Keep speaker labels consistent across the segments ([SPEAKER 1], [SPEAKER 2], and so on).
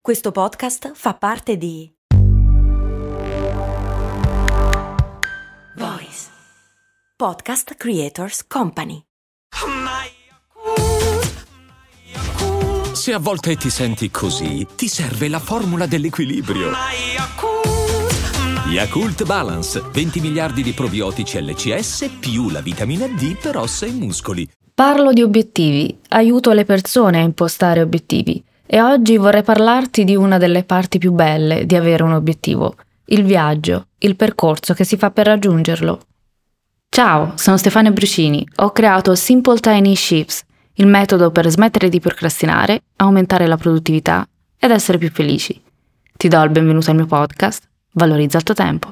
[SPEAKER 1] Questo podcast fa parte di Voice Podcast Creators Company.
[SPEAKER 2] Se a volte ti senti così, ti serve la formula dell'equilibrio. Yakult Balance, 20 miliardi di probiotici LCS più la vitamina D per ossa e muscoli.
[SPEAKER 3] Parlo di obiettivi, aiuto le persone a impostare obiettivi e oggi vorrei parlarti di una delle parti più belle di avere un obiettivo, il viaggio, il percorso che si fa per raggiungerlo. Ciao, sono Stefania Brucini, ho creato Simple Tiny Shifts, il metodo per smettere di procrastinare, aumentare la produttività ed essere più felici. Ti do il benvenuto al mio podcast, Valorizza il tuo tempo.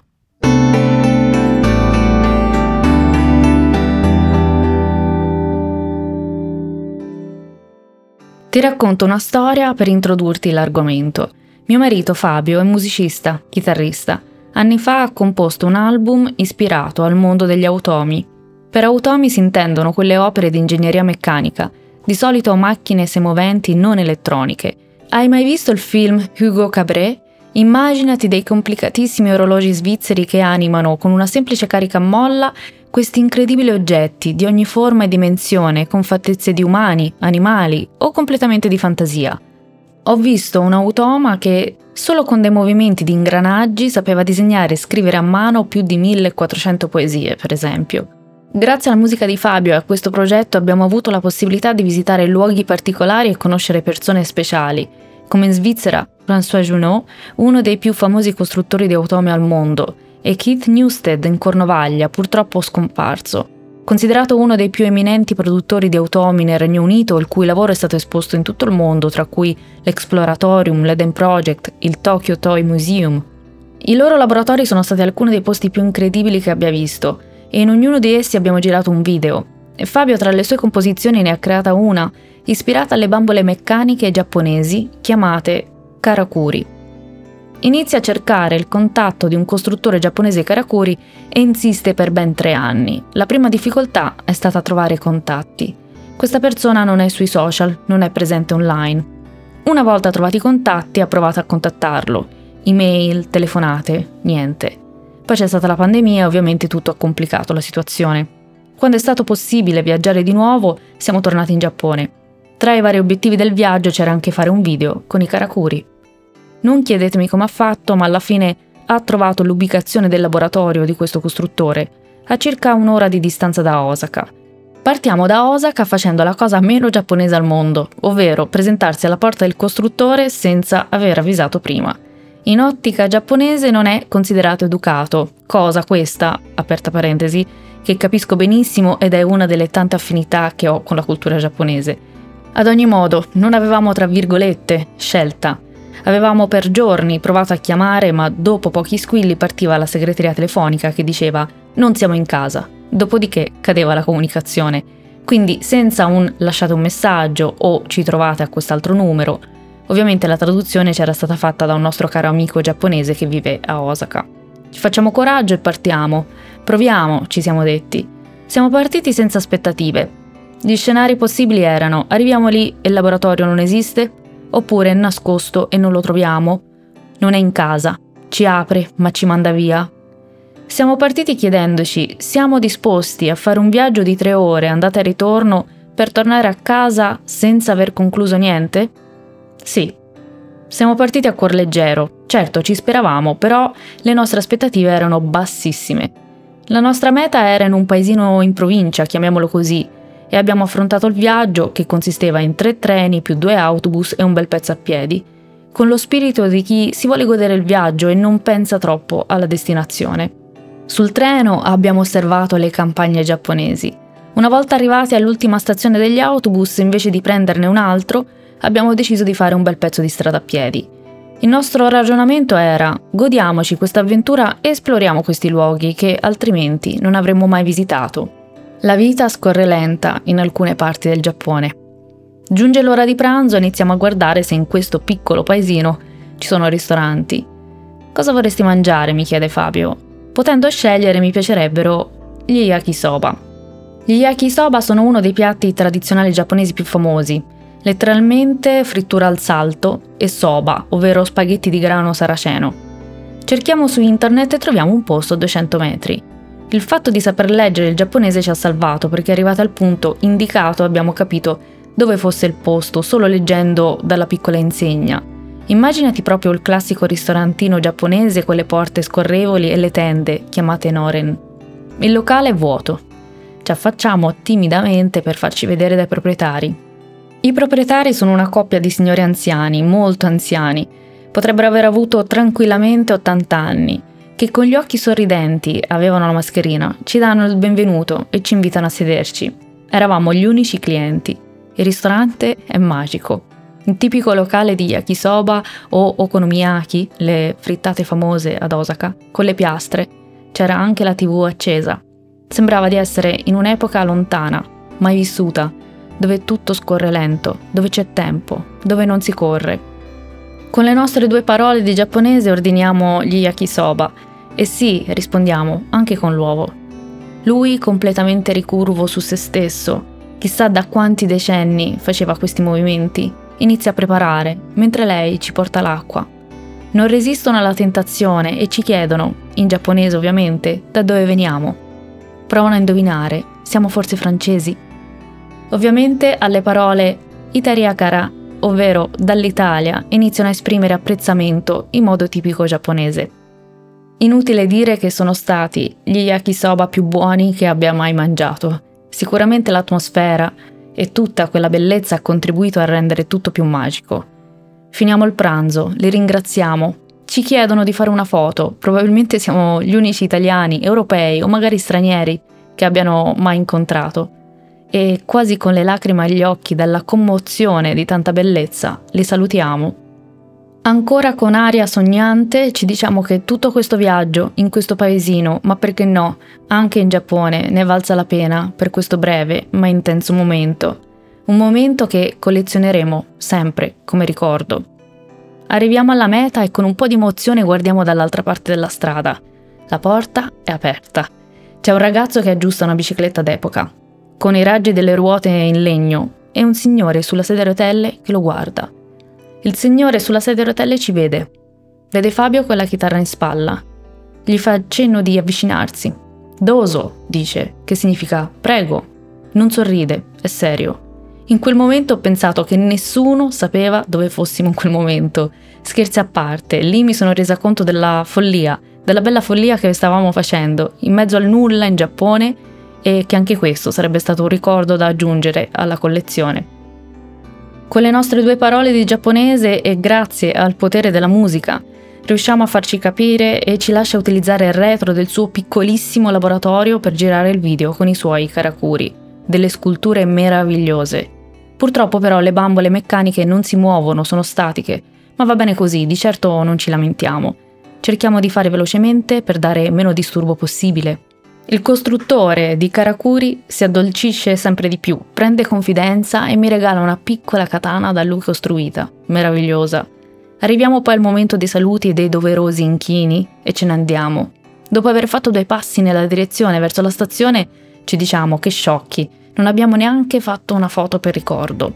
[SPEAKER 3] Ti racconto una storia per introdurti l'argomento. Mio marito Fabio è musicista, chitarrista. Anni fa ha composto un album ispirato al mondo degli automi. Per automi si intendono quelle opere di ingegneria meccanica, di solito macchine semoventi non elettroniche. Hai mai visto il film Hugo Cabret? Immaginati dei complicatissimi orologi svizzeri che animano con una semplice carica a molla questi incredibili oggetti di ogni forma e dimensione, con fattezze di umani, animali o completamente di fantasia. Ho visto un automa che solo con dei movimenti di ingranaggi sapeva disegnare e scrivere a mano più di 1400 poesie, per esempio. Grazie alla musica di Fabio e a questo progetto abbiamo avuto la possibilità di visitare luoghi particolari e conoscere persone speciali, come in Svizzera François Junot, uno dei più famosi costruttori di automi al mondo, e Keith Newsted in Cornovaglia, purtroppo scomparso. Considerato uno dei più eminenti produttori di automi nel Regno Unito, il cui lavoro è stato esposto in tutto il mondo, tra cui l'Exploratorium, l'Eden Project, il Tokyo Toy Museum. I loro laboratori sono stati alcuni dei posti più incredibili che abbia visto, e in ognuno di essi abbiamo girato un video. E Fabio tra le sue composizioni ne ha creata una, ispirata alle bambole meccaniche giapponesi, chiamate karakuri. Inizia a cercare il contatto di un costruttore giapponese karakuri e insiste per ben 3 anni. La prima difficoltà è stata trovare contatti. Questa persona non è sui social, non è presente online. Una volta trovati i contatti ha provato a contattarlo. Email, telefonate, niente. Poi c'è stata la pandemia e ovviamente tutto ha complicato la situazione. Quando è stato possibile viaggiare di nuovo, siamo tornati in Giappone. Tra i vari obiettivi del viaggio c'era anche fare un video con i karakuri. Non chiedetemi come ha fatto, ma alla fine ha trovato l'ubicazione del laboratorio di questo costruttore, a circa 1 ora di distanza da Osaka. Partiamo da Osaka facendo la cosa meno giapponese al mondo, ovvero presentarsi alla porta del costruttore senza aver avvisato prima. In ottica giapponese non è considerato educato, cosa questa, aperta parentesi, che capisco benissimo ed è una delle tante affinità che ho con la cultura giapponese. Ad ogni modo, non avevamo tra virgolette scelta. Avevamo per giorni provato a chiamare, ma dopo pochi squilli partiva la segreteria telefonica che diceva «non siamo in casa», dopodiché cadeva la comunicazione. Quindi senza un «lasciate un messaggio» o «ci trovate a quest'altro numero». Ovviamente la traduzione c'era stata fatta da un nostro caro amico giapponese che vive a Osaka. Ci facciamo coraggio e partiamo. Proviamo, ci siamo detti. Siamo partiti senza aspettative. Gli scenari possibili erano: arriviamo lì e il laboratorio non esiste? Oppure è nascosto e non lo troviamo? Non è in casa, ci apre ma ci manda via? Siamo partiti chiedendoci: siamo disposti a fare un viaggio di 3 ore andata e ritorno per tornare a casa senza aver concluso niente? Sì. Siamo partiti a cuor leggero, certo ci speravamo, però le nostre aspettative erano bassissime. La nostra meta era in un paesino in provincia, chiamiamolo così, e abbiamo affrontato il viaggio, che consisteva in 3 treni più 2 autobus e un bel pezzo a piedi, con lo spirito di chi si vuole godere il viaggio e non pensa troppo alla destinazione. Sul treno abbiamo osservato le campagne giapponesi. Una volta arrivati all'ultima stazione degli autobus, invece di prenderne un altro, abbiamo deciso di fare un bel pezzo di strada a piedi. Il nostro ragionamento era: godiamoci questa avventura e esploriamo questi luoghi che altrimenti non avremmo mai visitato. La vita scorre lenta in alcune parti del Giappone. Giunge l'ora di pranzo e iniziamo a guardare se in questo piccolo paesino ci sono ristoranti. Cosa vorresti mangiare? Mi chiede Fabio. Potendo scegliere mi piacerebbero gli yakisoba. Gli yakisoba sono uno dei piatti tradizionali giapponesi più famosi. letteralmente frittura al salto e soba, ovvero spaghetti di grano saraceno. Cerchiamo su internet e troviamo un posto a 200 metri. Il fatto di saper leggere il giapponese ci ha salvato, perché arrivati al punto indicato abbiamo capito dove fosse il posto solo leggendo dalla piccola insegna. Immaginati proprio il classico ristorantino giapponese con le porte scorrevoli e le tende, chiamate noren. Il locale è vuoto. Ci affacciamo timidamente per farci vedere dai proprietari. I proprietari sono una coppia di signori anziani, molto anziani. Potrebbero aver avuto tranquillamente 80 anni, che con gli occhi sorridenti, avevano la mascherina, ci danno il benvenuto e ci invitano a sederci. Eravamo gli unici clienti. Il ristorante è magico. Un tipico locale di yakisoba o okonomiyaki, le frittate famose ad Osaka, con le piastre. C'era anche la TV accesa. Sembrava di essere in un'epoca lontana, mai vissuta, dove tutto scorre lento, dove c'è tempo, dove non si corre. Con le nostre 2 parole di giapponese ordiniamo gli yakisoba e sì, rispondiamo, anche con l'uovo. Lui, completamente ricurvo su se stesso, chissà da quanti decenni faceva questi movimenti, inizia a preparare, mentre lei ci porta l'acqua. Non resistono alla tentazione e ci chiedono, in giapponese ovviamente, da dove veniamo. Provano a indovinare, siamo forse francesi? Ovviamente alle parole Itariakara, ovvero dall'Italia, iniziano a esprimere apprezzamento in modo tipico giapponese. Inutile dire che sono stati gli yakisoba più buoni che abbia mai mangiato. Sicuramente l'atmosfera e tutta quella bellezza ha contribuito a rendere tutto più magico. Finiamo il pranzo, li ringraziamo, ci chiedono di fare una foto, probabilmente siamo gli unici italiani, europei o magari stranieri che abbiano mai incontrato. E quasi con le lacrime agli occhi dalla commozione di tanta bellezza, li salutiamo. Ancora con aria sognante ci diciamo che tutto questo viaggio in questo paesino, ma perché no, anche in Giappone, ne valsa la pena per questo breve ma intenso momento. Un momento che collezioneremo sempre come ricordo. Arriviamo alla meta e con un po' di emozione guardiamo dall'altra parte della strada. La porta è aperta. C'è un ragazzo che aggiusta una bicicletta d'epoca, con i raggi delle ruote in legno, e un signore sulla sedia a rotelle che lo guarda. Il signore sulla sedia a rotelle ci vede. Vede Fabio con la chitarra in spalla. Gli fa cenno di avvicinarsi. Doso, dice, che significa prego. Non sorride, è serio. In quel momento ho pensato che nessuno sapeva dove fossimo in quel momento. Scherzi a parte, lì mi sono resa conto della follia, della bella follia che stavamo facendo, in mezzo al nulla in Giappone, e che anche questo sarebbe stato un ricordo da aggiungere alla collezione. Con le nostre 2 parole di giapponese e grazie al potere della musica, riusciamo a farci capire e ci lascia utilizzare il retro del suo piccolissimo laboratorio per girare il video con i suoi karakuri, delle sculture meravigliose. Purtroppo però le bambole meccaniche non si muovono, sono statiche, ma va bene così, di certo non ci lamentiamo. Cerchiamo di fare velocemente per dare meno disturbo possibile. Il costruttore di karakuri si addolcisce sempre di più, prende confidenza e mi regala una piccola katana da lui costruita, meravigliosa. Arriviamo poi al momento dei saluti e dei doverosi inchini e ce ne andiamo. Dopo aver fatto 2 passi nella direzione verso la stazione, ci diciamo che sciocchi, non abbiamo neanche fatto una foto per ricordo.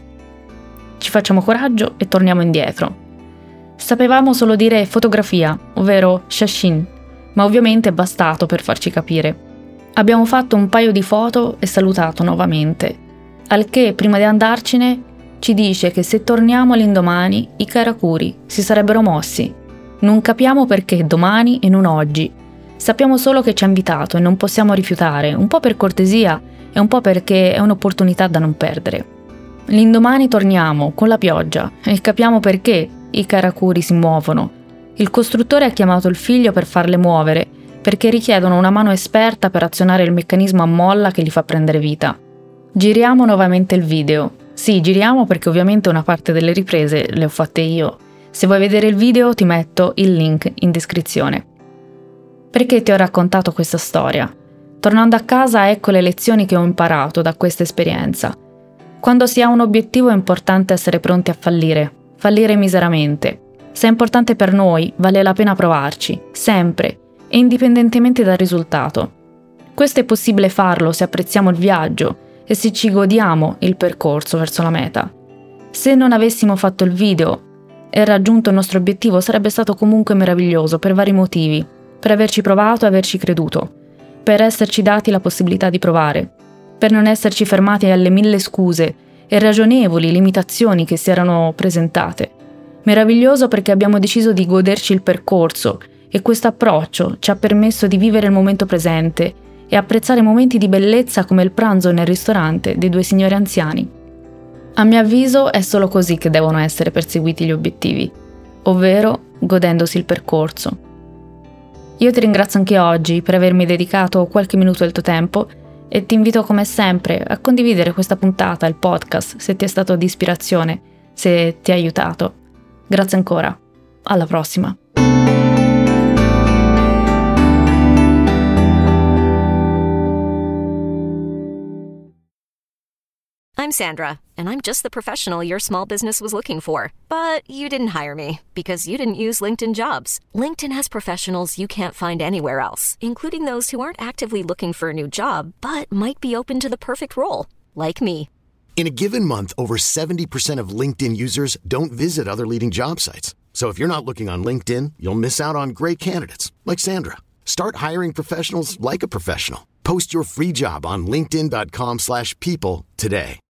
[SPEAKER 3] Ci facciamo coraggio e torniamo indietro. Sapevamo solo dire fotografia, ovvero shashin, ma ovviamente è bastato per farci capire. Abbiamo fatto un paio di foto e salutato nuovamente, al che prima di andarcene ci dice che se torniamo all'indomani i karakuri si sarebbero mossi. Non capiamo perché domani e non oggi. Sappiamo solo che ci ha invitato e non possiamo rifiutare, un po' per cortesia e un po' perché è un'opportunità da non perdere. L'indomani torniamo con la pioggia e capiamo perché i karakuri si muovono. Il costruttore ha chiamato il figlio per farle muovere, perché richiedono una mano esperta per azionare il meccanismo a molla che li fa prendere vita. Giriamo nuovamente il video. Sì, giriamo perché ovviamente una parte delle riprese le ho fatte io. Se vuoi vedere il video ti metto il link in descrizione. Perché ti ho raccontato questa storia? Tornando a casa ecco le lezioni che ho imparato da questa esperienza. Quando si ha un obiettivo è importante essere pronti a fallire miseramente. Se è importante per noi, vale la pena provarci, sempre, e indipendentemente dal risultato. Questo è possibile farlo se apprezziamo il viaggio e se ci godiamo il percorso verso la meta. Se non avessimo fatto il video e raggiunto il nostro obiettivo, sarebbe stato comunque meraviglioso per vari motivi, per averci provato e averci creduto, per esserci dati la possibilità di provare, per non esserci fermati alle 1000 scuse e ragionevoli limitazioni che si erano presentate. Meraviglioso perché abbiamo deciso di goderci il percorso e questo approccio ci ha permesso di vivere il momento presente e apprezzare momenti di bellezza come il pranzo nel ristorante dei 2 signori anziani. A mio avviso è solo così che devono essere perseguiti gli obiettivi, ovvero godendosi il percorso. Io ti ringrazio anche oggi per avermi dedicato qualche minuto del tuo tempo e ti invito come sempre a condividere questa puntata, il podcast, se ti è stato di ispirazione, se ti ha aiutato. Grazie ancora. Alla prossima.
[SPEAKER 4] I'm Sandra, and I'm just the professional your small business was looking for. But you didn't hire me because you didn't use LinkedIn Jobs. LinkedIn has professionals you can't find anywhere else, including those who aren't actively looking for a new job, but might be open to the perfect role, like me.
[SPEAKER 5] In a given month, over 70% of LinkedIn users don't visit other leading job sites. So if you're not looking on LinkedIn, you'll miss out on great candidates like Sandra. Start hiring professionals like a professional. Post your free job on linkedin.com/people today.